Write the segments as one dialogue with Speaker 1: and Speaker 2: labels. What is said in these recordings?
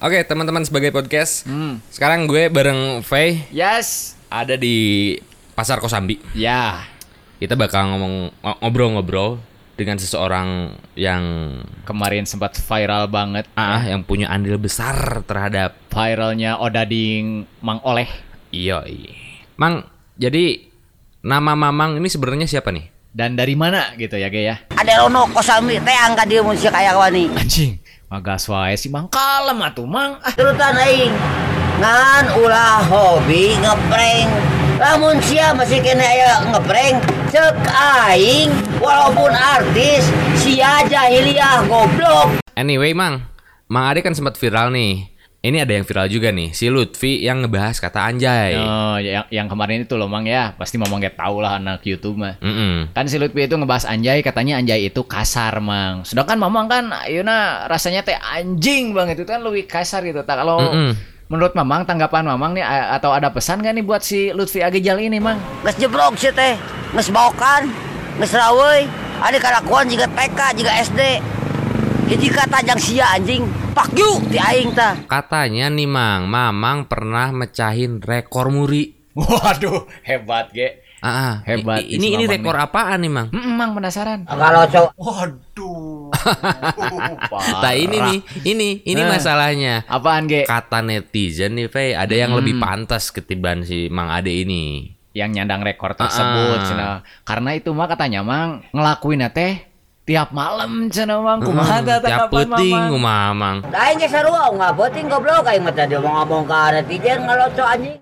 Speaker 1: Oke, teman-teman sebagai podcast. Sekarang gue bareng Faye
Speaker 2: Yes.
Speaker 1: ada di Pasar Kosambi.
Speaker 2: Ya.
Speaker 1: Kita bakal ngobrol-ngobrol dengan seseorang yang
Speaker 2: Kemarin sempat viral banget.
Speaker 1: yang punya andil besar terhadap
Speaker 2: Viralnya Odading Mang Oleh.
Speaker 1: iya. Mang, jadi nama Mamang ini sebenarnya siapa nih?
Speaker 2: Dan dari mana gitu ya, Ge ya?
Speaker 3: Ada Rono Kosambi teh angkat dia mun sia kayak wani.
Speaker 2: Anjing. Magas wae si Mang kalem atuh, Mang.
Speaker 3: Turutan aing. Ngan ulah hobi ngeprank. Lamun sia masih kena aya ngeprank, cek aing walaupun artis sia jahiliyah goblok.
Speaker 1: Anyway, Mang Ade kan sempat viral nih. Ini ada yang viral juga nih, si Lutfi yang ngebahas kata anjay.
Speaker 2: Oh, yang kemarin itu loh, Mang ya. Pasti Mamang gak tahu lah anak YouTube mah. Kan si Lutfi itu ngebahas anjay, katanya anjay itu kasar, Mang. Sedangkan Mamang kan ayeuna rasanya teh anjing banget itu kan lebih kasar gitu. Tak kalau menurut Mamang, tanggapan Mamang nih atau ada pesan gak nih buat si Lutfi Agijal ini, Mang?
Speaker 3: Geus jeblok sia teh, geus baokan, geus raweuy. Adi kalakuan jiga TK, jiga SD. Hiji kata jang sia anjing, fuck you ti aing tah.
Speaker 1: Katanya nih Mamang pernah mecahin rekor muri.
Speaker 2: Waduh, hebat, Ge. Hebat.
Speaker 1: Ini rekor apaan nih, Mang?
Speaker 2: Mang penasaran.
Speaker 3: Kalau cowok
Speaker 2: Waduh.
Speaker 1: Nah ini masalahnya.
Speaker 2: Apaan, Ge?
Speaker 1: Kata netizen nih, Faye, ada yang lebih pantas ketiban si Mang Ade ini.
Speaker 2: Yang nyandang rekor tersebut, cenah. Karena itu mah katanya Mang ngelakuin teh tiap malam cenah, Mang. Kumaha teh
Speaker 1: Tiap
Speaker 2: tanggapan
Speaker 1: peuting
Speaker 2: Mamang?
Speaker 1: kumaha, Mang.
Speaker 3: aing ge sarua ngaboting goblok aing mah tadi ngomong ka netizen ngaloco anjing.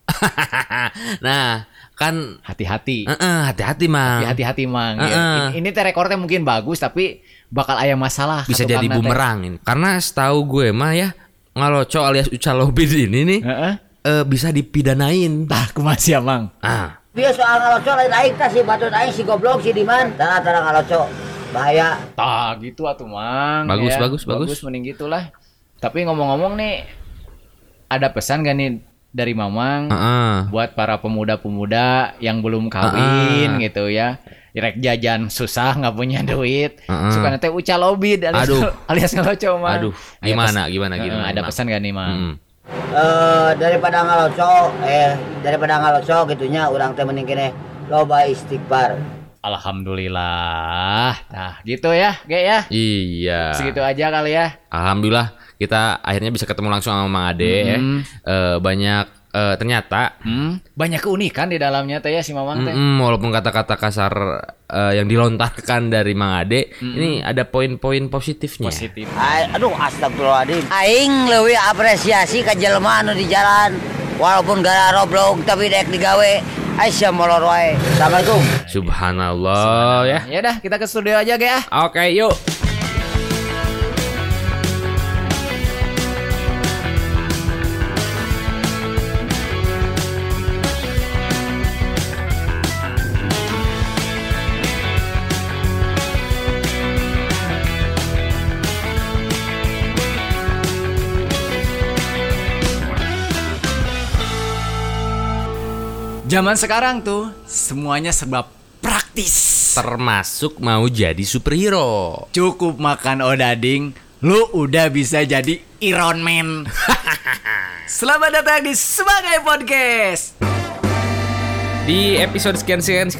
Speaker 1: Nah, kan
Speaker 2: Hati-hati.
Speaker 1: hati-hati, Mang.
Speaker 2: Hati-hati, Mang. Ya, ini teh rekornya mungkin bagus tapi bakal aya masalah.
Speaker 1: Bisa
Speaker 2: ketukang
Speaker 1: jadi
Speaker 2: teh.
Speaker 1: bumerang ini. Karena setahu gue mah ya, ngaloco alias ucalobit ini nih
Speaker 2: Heeh.
Speaker 1: bisa dipidanain.
Speaker 2: Tah kumaha sia, Mang?
Speaker 3: Dia soal ngaloco lain aing tah si batut aing si goblok si Diman. Tara ngaloco. Bahaya.
Speaker 2: Tah gitu atuh, Mang.
Speaker 1: Bagus,
Speaker 2: Ya,
Speaker 1: bagus.
Speaker 2: mending gitulah. Tapi ngomong-ngomong nih, ada pesan gak nih dari Mamang buat para pemuda-pemuda yang belum kawin gitu ya? Rek jajan susah, nggak punya duit, suka nanti ucalobit alias ngeloco, Mang.
Speaker 1: Aduh, gimana?
Speaker 2: Ada
Speaker 1: Mang?
Speaker 2: pesan gak nih, Mang?
Speaker 3: Daripada ngaloco gitunya urang teh mending keneh loba istighfar.
Speaker 2: Alhamdulillah. Nah, gitu ya, Ge ya.
Speaker 1: Iya.
Speaker 2: Segitu aja kali ya.
Speaker 1: Alhamdulillah kita akhirnya bisa ketemu langsung sama Mang Ade ya. Banyak ternyata
Speaker 2: Banyak keunikan di dalamnya teh ya si Mamang teh.
Speaker 1: walaupun kata-kata kasar yang dilontarkan dari Mang Ade, ini ada poin-poin positifnya.
Speaker 2: Positif.
Speaker 3: Aduh astagfirullahaladzim. Aing leuwih apresiasi ka jelema anu di jalan. Walaupun gara roblog tapi dek digawe. Aisyah molor wae. Assalamualaikum.
Speaker 1: Subhanallah ya.
Speaker 2: Ya udah, kita ke studio aja, Ge ya.
Speaker 1: Oke, yuk.
Speaker 2: Zaman sekarang tuh semuanya serba praktis.
Speaker 1: Termasuk mau jadi superhero.
Speaker 2: Cukup makan odading, lu udah bisa jadi Iron Man. Selamat datang di Sebagai Podcast.
Speaker 1: Di episode sekian.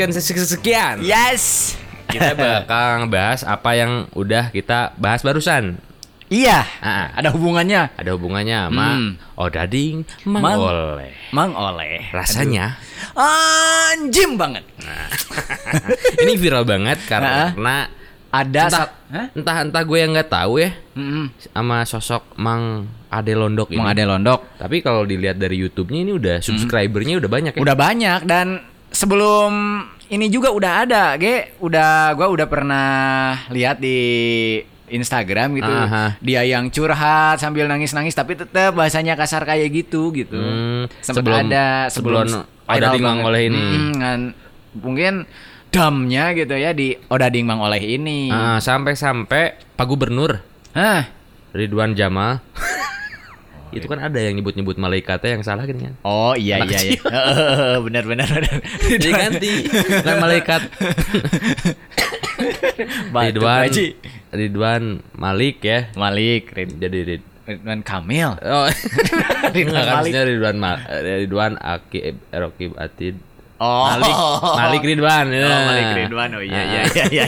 Speaker 2: Yes.
Speaker 1: Kita bakal ngebahas apa yang udah kita bahas barusan.
Speaker 2: Iya. Ada hubungannya.
Speaker 1: Ada hubungannya sama Odading Mang Oleh.
Speaker 2: Mang Oleh.
Speaker 1: Rasanya
Speaker 2: anjing banget.
Speaker 1: ini viral banget karena
Speaker 2: ada
Speaker 1: entah gue yang nggak tahu ya sama sosok Mang Ade Londok ini.
Speaker 2: Mang Ade Londok.
Speaker 1: Tapi kalau dilihat dari YouTube-nya ini udah subscribernya udah banyak ya.
Speaker 2: Udah banyak dan sebelum ini juga udah ada, gua udah pernah lihat di Instagram gitu. Dia yang curhat sambil nangis-nangis tapi tetap bahasanya kasar kayak gitu. Sebelum
Speaker 1: Odading Mang Oleh ini.
Speaker 2: Mungkin damnya gitu ya di Odading Mang Oleh ini.
Speaker 1: Sampai Pak Gubernur Ridwan Jamal. Itu kan ada yang nyebut malaikatnya yang salah kan?
Speaker 2: Oh iya. Benar.
Speaker 1: Jadi ganti bukan malaikat. Ridwan Malik ya.
Speaker 2: Malik.
Speaker 1: Jadi
Speaker 2: Ridwan Kamil.
Speaker 1: Oh.
Speaker 2: Ridwan Malik.
Speaker 1: Kasusnya Ridwan Raqib Atid.
Speaker 2: Oh.
Speaker 1: Malik Ridwan.
Speaker 2: Oh, Malik Ridwan. Oh iya.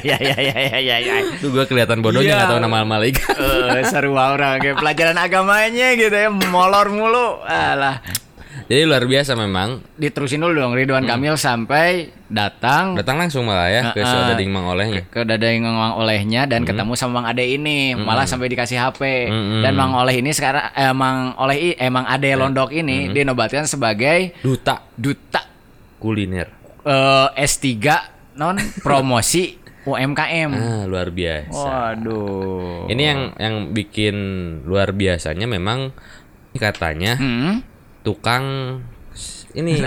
Speaker 1: Itu gue kelihatan bodohnya nggak tahu nama Malik.
Speaker 2: Seru orang kayak pelajaran agamanya gitu ya, molor mulu. Alah.
Speaker 1: Jadi luar biasa memang.
Speaker 2: Diterusin dulu dong Ridwan Kamil sampai datang
Speaker 1: langsung malah ya ke Dading Mang Olehnya.
Speaker 2: Ke Dading Mang Olehnya dan ketemu sama Mang Ade ini, malah sampai dikasih HP. Dan Mang Oleh ini sekarang Mang Ade Londok ini dinobatkan sebagai duta
Speaker 1: kuliner.
Speaker 2: S3 non promosi UMKM.
Speaker 1: Luar biasa.
Speaker 2: Waduh.
Speaker 1: Ini yang bikin luar biasanya memang katanya tukang ini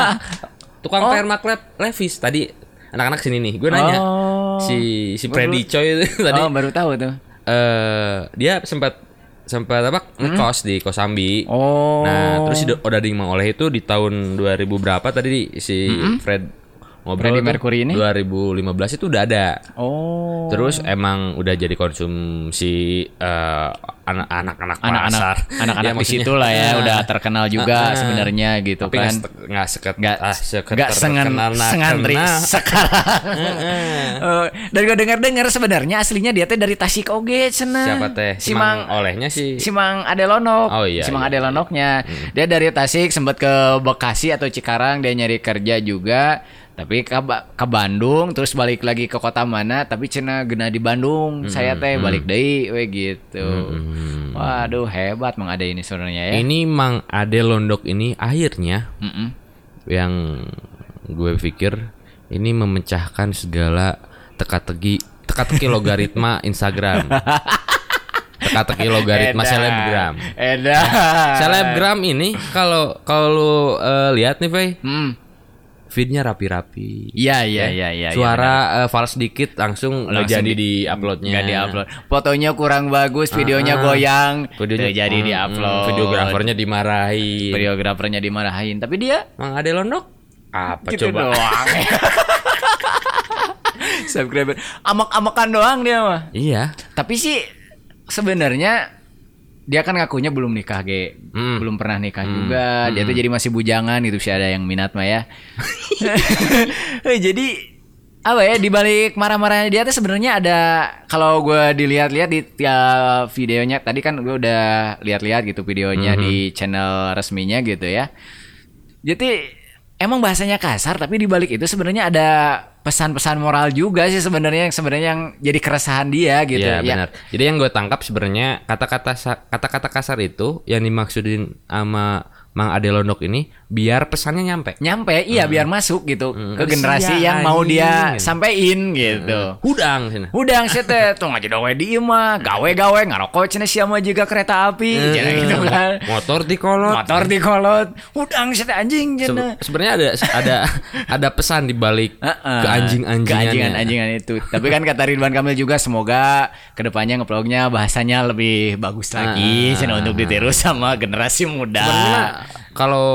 Speaker 1: permak Levis tadi anak-anak sini nih. Gue nanya si Freddy Choi itu tadi.
Speaker 2: Oh, baru tahu tuh.
Speaker 1: Dia sempat ngekos di Kosambi. Nah, terus si Dading Mang Oleh itu di tahun 2000 berapa tadi si Fred ngobrol
Speaker 2: Freddie Mercury ini
Speaker 1: 2015 itu udah ada. Terus emang udah jadi konsumsi anak-anak pasar.
Speaker 2: Anak-anak di situ lah ya, udah terkenal juga sebenarnya gitu.
Speaker 1: Tapi
Speaker 2: kan. Nggak sengantri sekarang. Dan gue dengar sebenarnya aslinya dia teh dari Tasik oge cenah.
Speaker 1: Siapa teh? Si Mang Olehnya si
Speaker 2: Mang Ade Lonok.
Speaker 1: Oh iya.
Speaker 2: Si Mang Ade Lonoknya. Dia dari Tasik sempat ke Bekasi atau Cikarang, dia nyari kerja juga. Tapi ke Bandung terus balik lagi ke kota mana, tapi cenah geuna di Bandung. Saya teh balik deui we gitu. Waduh, hebat Mang Ade ini sebenarnya ya.
Speaker 1: Ini Mang Ade Londok ini akhirnya yang gue pikir ini memecahkan segala teka-teki logaritma Instagram. Teka-teki logaritma selebgram. Selebgram ini kalau lu lihat nih, Fei. Feednya rapi-rapi.
Speaker 2: Iya.
Speaker 1: Suara fals sedikit langsung jadi di-uploadnya.
Speaker 2: Nggak di-upload. Fotonya kurang bagus, videonya goyang. Jadi di-upload. Videografernya dimarahin. Tapi dia
Speaker 1: Mang Ade Londok apa
Speaker 2: gitu
Speaker 1: coba?
Speaker 2: Doang. Subscriber amak-amakan doang dia mah.
Speaker 1: Iya.
Speaker 2: Tapi sih sebenarnya dia kan ngakunya belum nikah belum pernah nikah juga. Dia tuh jadi masih bujangan gitu sih, ada yang minat mah ya. Jadi apa ya, dibalik marah-marahnya dia tuh sebenarnya ada, kalau gue dilihat-lihat di videonya tadi kan gue udah lihat-lihat gitu videonya di channel resminya gitu ya. Jadi emang bahasanya kasar, tapi dibalik itu sebenarnya ada pesan-pesan moral juga sih sebenarnya yang jadi keresahan dia gitu.
Speaker 1: Iya, benar. Jadi yang gue tangkap sebenarnya kata-kata kasar itu yang dimaksudin sama Mang Ade Londok ini biar pesannya nyampe, iya, biar masuk gitu ke generasi yang mau dia sampein gitu. Hudang sih teh tuh ngaji dowe di imah, gawe ngarokok cenah sia mah juga kereta api gitu kan. Motor dikolot.
Speaker 2: Hudang sih teh anjing cenah.
Speaker 1: Sebenarnya ada pesan di balik keanjing-anjingan
Speaker 2: itu. Tapi kan kata Ridwan Kamil juga semoga kedepannya ngevlognya bahasanya lebih bagus lagi untuk ditiru sama generasi muda.
Speaker 1: Kalau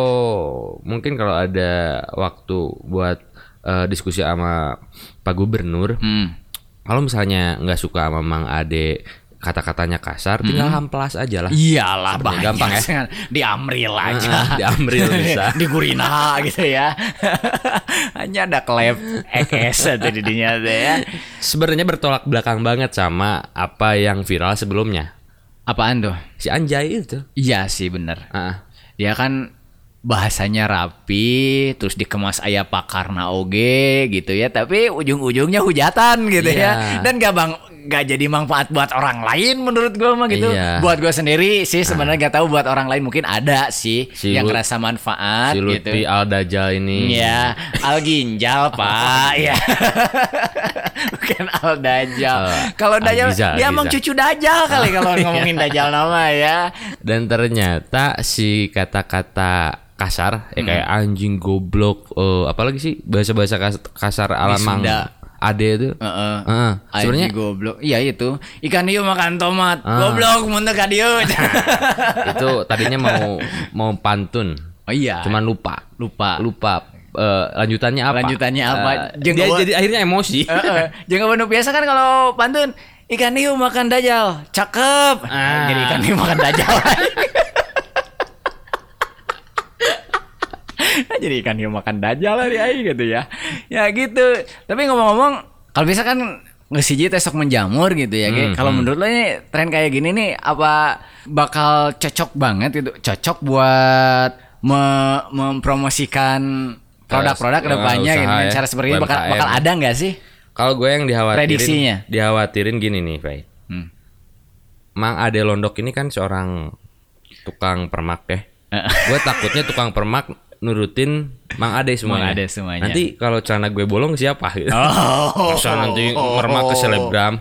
Speaker 1: ada waktu buat diskusi sama Pak Gubernur, kalau misalnya nggak suka sama Mang Ade kata-katanya kasar, tinggal hamplas aja lah.
Speaker 2: Iyalah,
Speaker 1: gampang ya.
Speaker 2: Diamril aja.
Speaker 1: Diamril bisa.
Speaker 2: Digurina gitu ya. Hanya ada klep ekes atau didinya ya.
Speaker 1: Sebenarnya bertolak belakang banget sama apa yang viral sebelumnya.
Speaker 2: Apaan tuh?
Speaker 1: Si Anjay itu.
Speaker 2: Iya sih, bener. Dia kan bahasanya rapi, terus dikemas aya pakarna oge gitu ya, tapi ujung-ujungnya hujatan gitu ya. Dan gak jadi manfaat buat orang lain menurut gue mah gitu. Buat gue sendiri sih sebenarnya gak tahu, buat orang lain mungkin ada sih yang ngerasa manfaat
Speaker 1: si
Speaker 2: gitu.
Speaker 1: Si Lutfi Al-Dajjal ini.
Speaker 2: Iya, Al-Ginjal Pak. Iya. Bukan Al-Dajjal. Kalau Dajjal dia emang cucu Dajjal kali kalau ngomongin Dajjal nama ya.
Speaker 1: Dan ternyata si kata-kata kasar kayak anjing, goblok, apalagi sih bahasa-bahasa kasar ala Mang Ade itu.
Speaker 2: Sebenarnya goblok. Iya itu. Ikan hiu makan tomat. Goblok mun teu ka dieu.
Speaker 1: Itu tadinya mau pantun.
Speaker 2: Oh iya.
Speaker 1: Cuman lupa. Lanjutannya apa?
Speaker 2: Dia
Speaker 1: jadi akhirnya emosi.
Speaker 2: Jangan bener biasa kan kalau pantun. ikan hiu makan dajal, cakep. Jadi ikan hiu makan dajal. Jadi ikan hiu makan dajal lah dia gitu ya. Ya gitu. Tapi ngomong-ngomong, kalau bisa kan ngesiji teh sok menjamur gitu ya. Kalau menurut lo ini tren kayak gini nih apa bakal cocok banget itu? Cocok buat mempromosikan produk-produk kedepannya gitu.
Speaker 1: Ya,
Speaker 2: cara seperti ini bakal ada nggak sih?
Speaker 1: Kalau gue yang
Speaker 2: prediksinya
Speaker 1: dikhawatirin gini nih, Fai. Mang Ade Londok ini kan seorang tukang permak ya. Gue takutnya tukang permak nurutin Mang Ade semuanya. Nanti kalau celana gue bolong siapa gitu. Masa nanti mermak ke selebgram.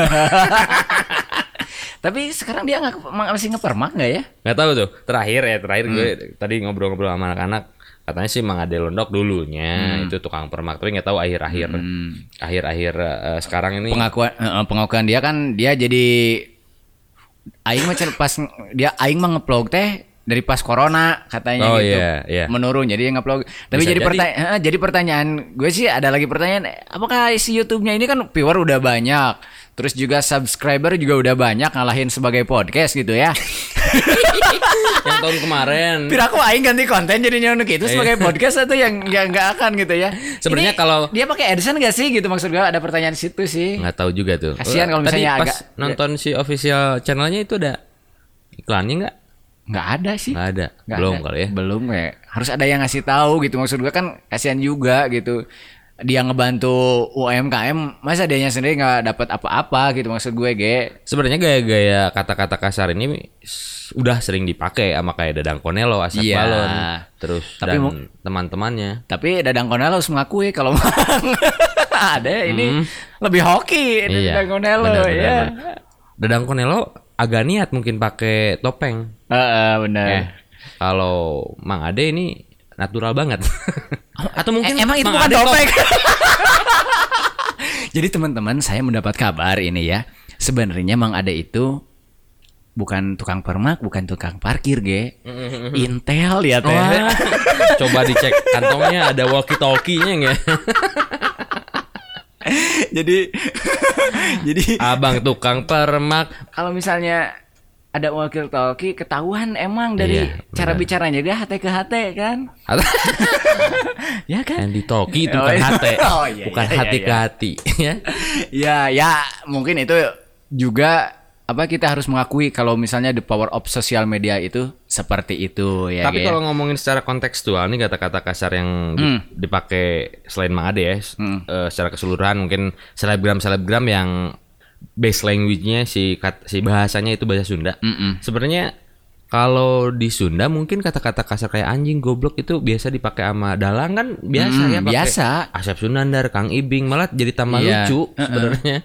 Speaker 2: Tapi sekarang dia masih ngepermak nggak ya?
Speaker 1: Nggak tahu tuh. Terakhir gue tadi ngobrol-ngobrol sama anak-anak, katanya sih Mang Ade Londok dulunya itu tukang permak, tapi nggak tahu akhir-akhir sekarang ini
Speaker 2: pengakuan dia kan dia jadi aing mah pas dia aing mah ngeplog teh dari pas corona katanya gitu.
Speaker 1: Iya.
Speaker 2: Menurun jadi ngeplog. Tapi jadi pertanyaan gue sih ada lagi pertanyaan, apakah isi YouTube-nya ini kan viewer udah banyak, terus juga subscriber juga udah banyak ngalahin sebagai podcast gitu ya.
Speaker 1: Yang tahun kemarin.
Speaker 2: Pira aku aing ganti konten jadinya untuk itu sebagai podcast atau yang enggak akan gitu ya.
Speaker 1: Sebenarnya kalau
Speaker 2: dia pakai AdSense enggak sih gitu, maksud gue ada pertanyaan situ sih.
Speaker 1: Nggak tahu juga tuh.
Speaker 2: Kasihan kalau misalnya
Speaker 1: tadi pas nonton si official channelnya itu ada iklannya nggak?
Speaker 2: Nggak ada sih.
Speaker 1: Nggak ada. Belum kali ya.
Speaker 2: Belum ya. Harus ada yang ngasih tahu gitu, maksud gue kan kasihan juga gitu. Dia ngebantu UMKM, masa dianya sendiri nggak dapat apa-apa gitu, maksud gue
Speaker 1: Sebenarnya gaya-gaya kata-kata kasar ini udah sering dipakai sama kayak Dadang Konelo, Asep Balon, terus tapi dan teman-temannya.
Speaker 2: Tapi Dadang Konelo harus mengakui kalau ada ini lebih hoki Dadang Konelo ya.
Speaker 1: Dadang Konelo agak niat mungkin pakai topeng.
Speaker 2: Benar.
Speaker 1: Kalau Mang Ade ini natural banget. Atau mungkin
Speaker 2: emang itu bukan topeng. Jadi teman-teman, saya mendapat kabar ini ya. Sebenarnya Mang Ade itu bukan tukang permak, bukan tukang parkir, Intel ya teh.
Speaker 1: Coba dicek kantongnya ada walkie-talkie-nya enggak?
Speaker 2: jadi
Speaker 1: abang tukang permak.
Speaker 2: Kalau misalnya ada walkie talkie ketahuan emang dari cara bicaranya dia hati ke hati kan. Ya kan?
Speaker 1: Yang di talkie itu bukan hati. Bukan hati ke hati ya.
Speaker 2: Ya mungkin itu juga kita harus mengakui kalau misalnya the power of social media itu seperti itu ya.
Speaker 1: Tapi kalau ngomongin secara kontekstual nih kata-kata kasar yang dipakai selain Mang Ade ya, secara keseluruhan mungkin selebgram yang base language-nya si bahasanya itu bahasa Sunda. Sebenarnya kalau di Sunda mungkin kata-kata kasar kayak anjing, goblok itu biasa dipakai sama dalang kan biasa ya,
Speaker 2: biasa.
Speaker 1: Asep Sunandar, Kang Ibing malah jadi tambah lucu sebenarnya.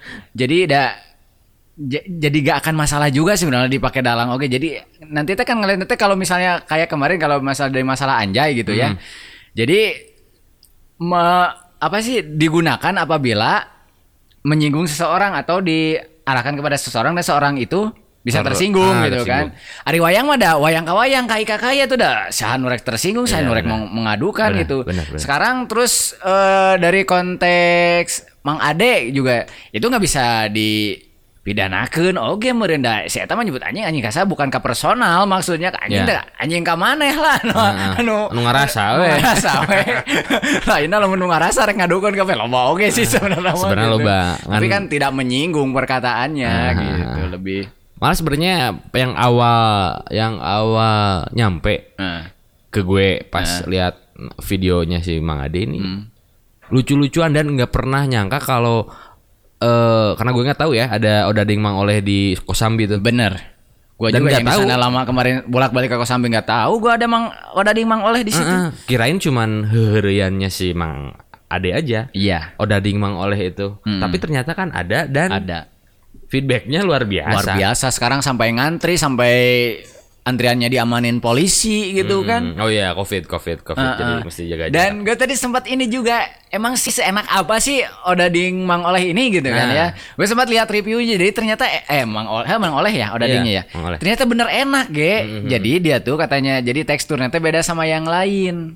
Speaker 2: Jadi gak akan masalah juga sebenarnya dipakai dalang. Oke, jadi nanti kan ngeliat kalau misalnya kayak kemarin kalau masalah anjay gitu ya. Jadi digunakan apabila menyinggung seseorang atau diarahkan kepada seseorang dan seorang itu bisa tersinggung gitu kan. Ari wayang mah da wayang ka wayang kai ka kaya tuh dah sahan nurek tersinggung, sahan nurek mengadukan gitu. Bener. Sekarang terus dari konteks Mang Ade juga itu nggak bisa dipidanakeun oge meureun da si eta mah nyebut anjing kasar bukan ka personal, maksudnya ka anjing teh anjing ka maneh lah
Speaker 1: anu ngarasa we.
Speaker 2: Lainna lamun nu ngarasa rek ngadukeun ka loba oge sih sebenarnya
Speaker 1: loba.
Speaker 2: Tapi kan tidak menyinggung perkataannya gitu lebih.
Speaker 1: Malah sebenarnya yang awal nyampe ke gue pas lihat videonya si Mang Ade ini lucu-lucuan dan nggak pernah nyangka kalau karena gue nggak tahu ya ada Odading Mang Oleh di Kosambi tuh.
Speaker 2: Bener. Gue juga yang di sana lama kemarin bolak-balik ke Kosambi nggak tahu gue ada Odading Mang Oleh di situ.
Speaker 1: Kirain cuman heureuyannya si Mang Ade aja.
Speaker 2: Iya.
Speaker 1: Odading Mang Oleh itu. Tapi ternyata kan ada dan feedbacknya luar biasa.
Speaker 2: Luar biasa. Sekarang sampai ngantri, sampai antriannya diamanin polisi gitu kan.
Speaker 1: Oh iya, COVID jadi mesti jaga jarak.
Speaker 2: Dan gue tadi sempat ini juga, emang sih seenak apa sih Odading Mang Oleh ini gitu kan ya. Gue sempat lihat reviewnya, jadi ternyata Mang Oleh ya Odadingnya ya. Ternyata bener enak Jadi dia tuh katanya jadi teksturnya tuh beda sama yang lain.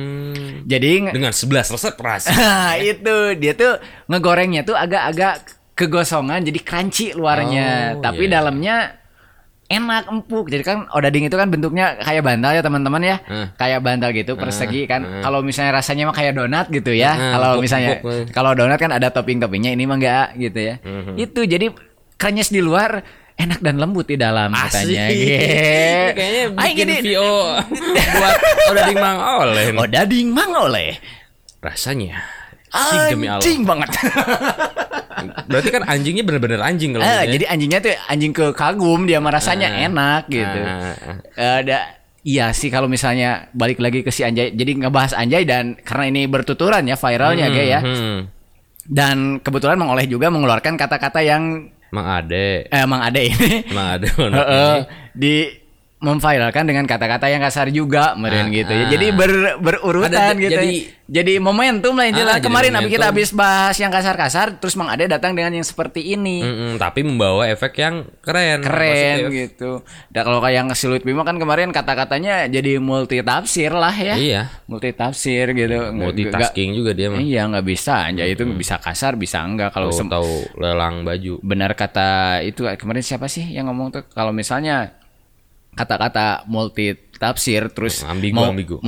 Speaker 1: Jadi dengan 11 resep rasa.
Speaker 2: Itu dia tuh ngegorengnya tuh agak-agak kegosongan jadi crunchy luarnya, tapi dalamnya enak empuk. Jadi kan odading itu kan bentuknya kayak bantal ya teman-teman ya, kayak bantal gitu persegi kan. Kalau misalnya rasanya mah kayak donat gitu ya. Kalau misalnya kalau donat kan ada topping-toppingnya, ini mah enggak gitu ya. Itu jadi crunch di luar, enak dan lembut di dalam katanya.
Speaker 1: Kayaknya bikin VO buat odading Mang Oleh.
Speaker 2: Odading Mang Oleh.
Speaker 1: Rasanya
Speaker 2: anjing banget.
Speaker 1: Berarti kan anjingnya bener-bener anjing kalau
Speaker 2: jadi anjingnya tuh anjing kagum, dia merasanya enak gitu. Iya sih, kalau misalnya balik lagi ke si Anjay, jadi ngebahas Anjay dan karena ini bertuturan ya viralnya ya. Dan kebetulan Mang Oleh juga mengeluarkan kata-kata yang Mang Ade ini di memviralkan dengan kata-kata yang kasar juga meren gitu ya. Jadi berurutan gitu. Jadi momentum lah intinya. Kemarin kita habis bahas yang kasar-kasar, terus Mang Ade datang dengan yang seperti ini.
Speaker 1: Tapi membawa efek yang keren
Speaker 2: gitu. Dan kalau kayak yang Siluit Bima kan kemarin kata-katanya jadi multi tafsir lah ya.
Speaker 1: Iya.
Speaker 2: Multi tafsir gitu.
Speaker 1: Multitasking juga dia mah.
Speaker 2: Iya, nggak bisa. Anjay itu bisa kasar, bisa enggak. Kalau
Speaker 1: tahu lelang baju.
Speaker 2: Benar kata itu kemarin siapa sih yang ngomong tuh, kalau misalnya kata-kata multi tafsir terus ambigu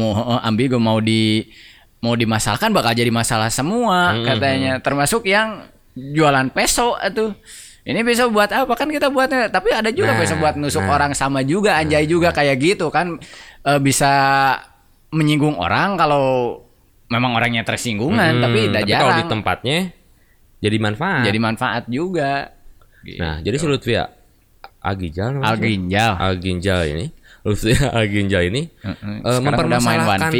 Speaker 2: mau dimasalkan bakal jadi masalah semua katanya, termasuk yang jualan peso itu. Ini peso buat apa kan kita buatnya, tapi ada juga peso buat nusuk orang sama juga. Anjay juga kayak gitu kan, bisa menyinggung orang kalau memang orangnya tersinggungan, tapi tidak jarang.
Speaker 1: Kalau di tempatnya jadi manfaat
Speaker 2: juga gitu.
Speaker 1: Nah jadi si Lutfi Alginjal ini Lutfi Alginjal ini
Speaker 2: mempermasalahkan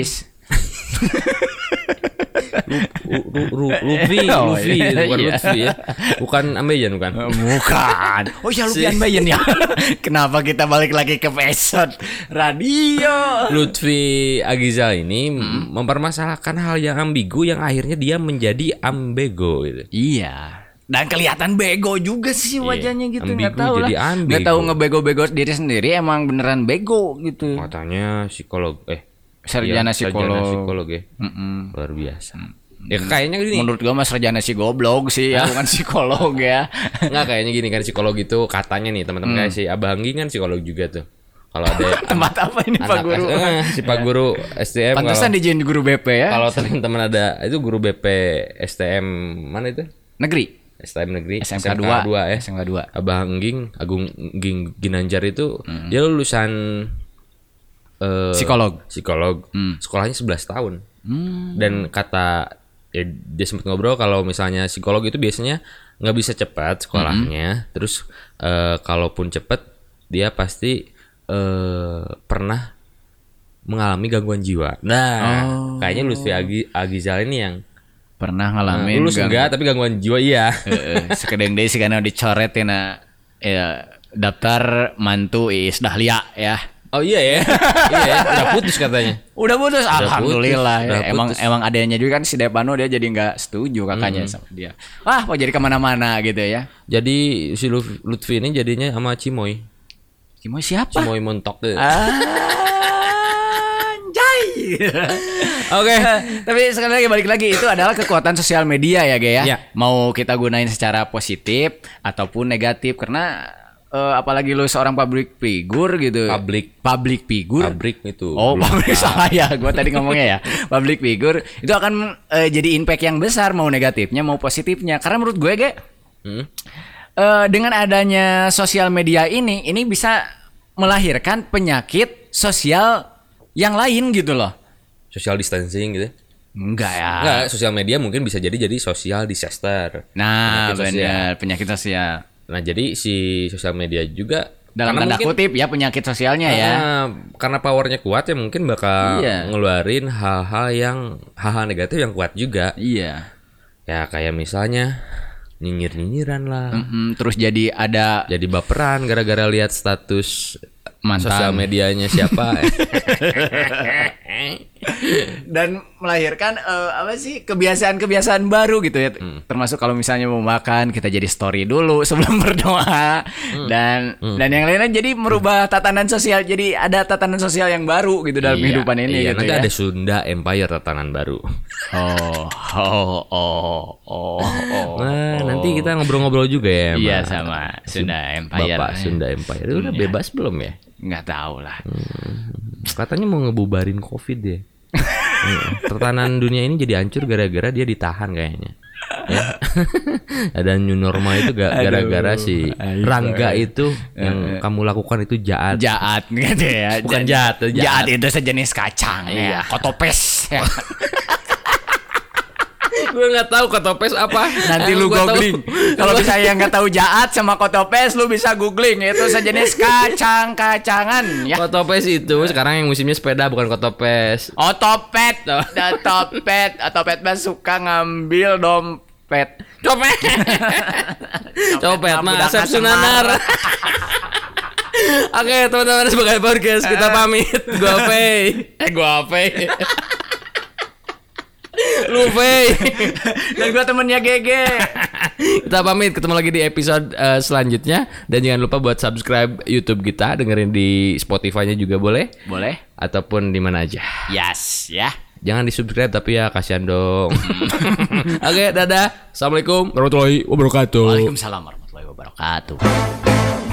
Speaker 1: Lutfi bukan Lutfi ya, bukan Ambeien bukan.
Speaker 2: Oh ya Lutfi Ambeien ya. Kenapa kita balik lagi ke episode radio?
Speaker 1: Lutfi Alginjal ini mempermasalahkan hal yang ambigu yang akhirnya dia menjadi ambego gitu.
Speaker 2: Iya. Dan kelihatan bego juga sih wajahnya gitu, nggak tahu lah.
Speaker 1: Nggak
Speaker 2: tahu ngebego-bego diri sendiri, emang beneran bego gitu.
Speaker 1: Katanya psikolog,
Speaker 2: sarjana
Speaker 1: psikolog ya, luar biasa. Ya kayaknya gini.
Speaker 2: Menurut gua mah sarjana goblok sih ya, bukan psikolog ya.
Speaker 1: Nggak, kayaknya gini kan, psikolog itu katanya nih teman-teman kayak si Abah Anggi kan psikolog juga tuh. Kalau ada
Speaker 2: tempat apa ini Pak Guru?
Speaker 1: Si Pak Guru STM.
Speaker 2: Pantesan dijadiin guru BP ya.
Speaker 1: Kalau teman-teman ada itu guru BP STM mana itu?
Speaker 2: Negeri.
Speaker 1: STM negeri
Speaker 2: SMK 2 ya.
Speaker 1: SMK 2. Abah Agung Ginanjar itu dia lulusan psikolog. Sekolahnya 11 tahun. Dan kata dia sempat ngobrol kalau misalnya psikolog itu biasanya nggak bisa cepat sekolahnya. Terus kalaupun cepat dia pasti pernah mengalami gangguan jiwa. Nah, kayaknya Lutfi Alginjal ini yang
Speaker 2: pernah ngalamin
Speaker 1: lulus enggak tapi gangguan jiwa iya.
Speaker 2: Sekedeng deh sih karena dicoret ya daftar mantu Iis Dahlia ya.
Speaker 1: Oh iya ya. Udah putus katanya.
Speaker 2: Udah putus alhamdulillah. Emang adanya juga kan si Depano, dia jadi nggak setuju kakaknya sama dia. Mau jadi kemana-mana gitu ya.
Speaker 1: Jadi si Lutfi ini jadinya sama Cimoy.
Speaker 2: Cimoy siapa?
Speaker 1: Cimoy Montok tuh.
Speaker 2: Oke. Tapi sekali lagi balik lagi, itu adalah kekuatan sosial media ya, Ge ya. Mau kita gunain secara positif ataupun negatif, karena apalagi lu seorang public figure gitu. Public figure.
Speaker 1: Public itu.
Speaker 2: Oh, public salah ya. Gua tadi ngomongnya ya. Public figure itu akan jadi impact yang besar, mau negatifnya mau positifnya. Karena menurut gue, Ge, dengan adanya sosial media ini bisa melahirkan penyakit sosial yang lain gitu loh.
Speaker 1: Social distancing gitu.
Speaker 2: Enggak ya.
Speaker 1: Enggak, sosial media mungkin bisa jadi social disaster.
Speaker 2: Nah, benar, penyakit sosial.
Speaker 1: Nah, jadi si sosial media juga
Speaker 2: dalam tanda kutip ya penyakit sosialnya ya.
Speaker 1: Karena powernya kuat ya mungkin bakal ngeluarin hal-hal negatif yang kuat juga.
Speaker 2: Iya.
Speaker 1: Ya kayak misalnya nyinyir-nyinyiran lah.
Speaker 2: Terus jadi
Speaker 1: baperan gara-gara lihat status
Speaker 2: mantan
Speaker 1: sosial medianya siapa.
Speaker 2: Dan melahirkan kebiasaan-kebiasaan baru gitu ya. Termasuk kalau misalnya mau makan kita jadi story dulu sebelum berdoa dan yang lainnya, jadi merubah tatanan sosial. Jadi ada tatanan sosial yang baru gitu dalam kehidupan ini gitu
Speaker 1: nanti
Speaker 2: ya.
Speaker 1: ada Sunda Empire tatanan baru. Nanti kita ngobrol-ngobrol juga ya.
Speaker 2: Iya sama Sunda Empire.
Speaker 1: Bapak Sunda Empire itu udah bebas belum ya?
Speaker 2: Nggak tahu lah.
Speaker 1: Katanya mau ngebubarin COVID ya. Tatanan dunia ini jadi hancur gara-gara dia ditahan kayaknya. Ya. Ada new normal itu gara-gara si Rangga itu yang kamu lakukan itu jahat.
Speaker 2: Jahat gitu ya.
Speaker 1: Bukan jahat.
Speaker 2: Jahat itu sejenis kacang ya. Kotopes ya.
Speaker 1: Gue nggak tahu kotopes apa.
Speaker 2: Nanti lu googling. Kalau misalnya nggak tahu jahat sama kotopes, lu bisa googling. Itu sejenis kacang-kacangan ya.
Speaker 1: Kotopes itu sekarang yang musimnya sepeda, bukan kotopes.
Speaker 2: Otopet. Otopet mah suka ngambil dompet.
Speaker 1: Copet mah Asep Sunanar. Oke teman-teman, sebagai podcast kita pamit. Gua Pei. Lu Fei.
Speaker 2: Dan gue temennya Gege.
Speaker 1: Kita pamit, ketemu lagi di episode selanjutnya. Dan jangan lupa buat subscribe YouTube kita, dengerin di Spotify-nya juga boleh. Ataupun di mana aja.
Speaker 2: Yes ya.
Speaker 1: Jangan di subscribe tapi ya kasihan dong. Oke, dadah. Assalamualaikum warahmatullahi wabarakatuh.
Speaker 2: Waalaikumsalam warahmatullahi wabarakatuh.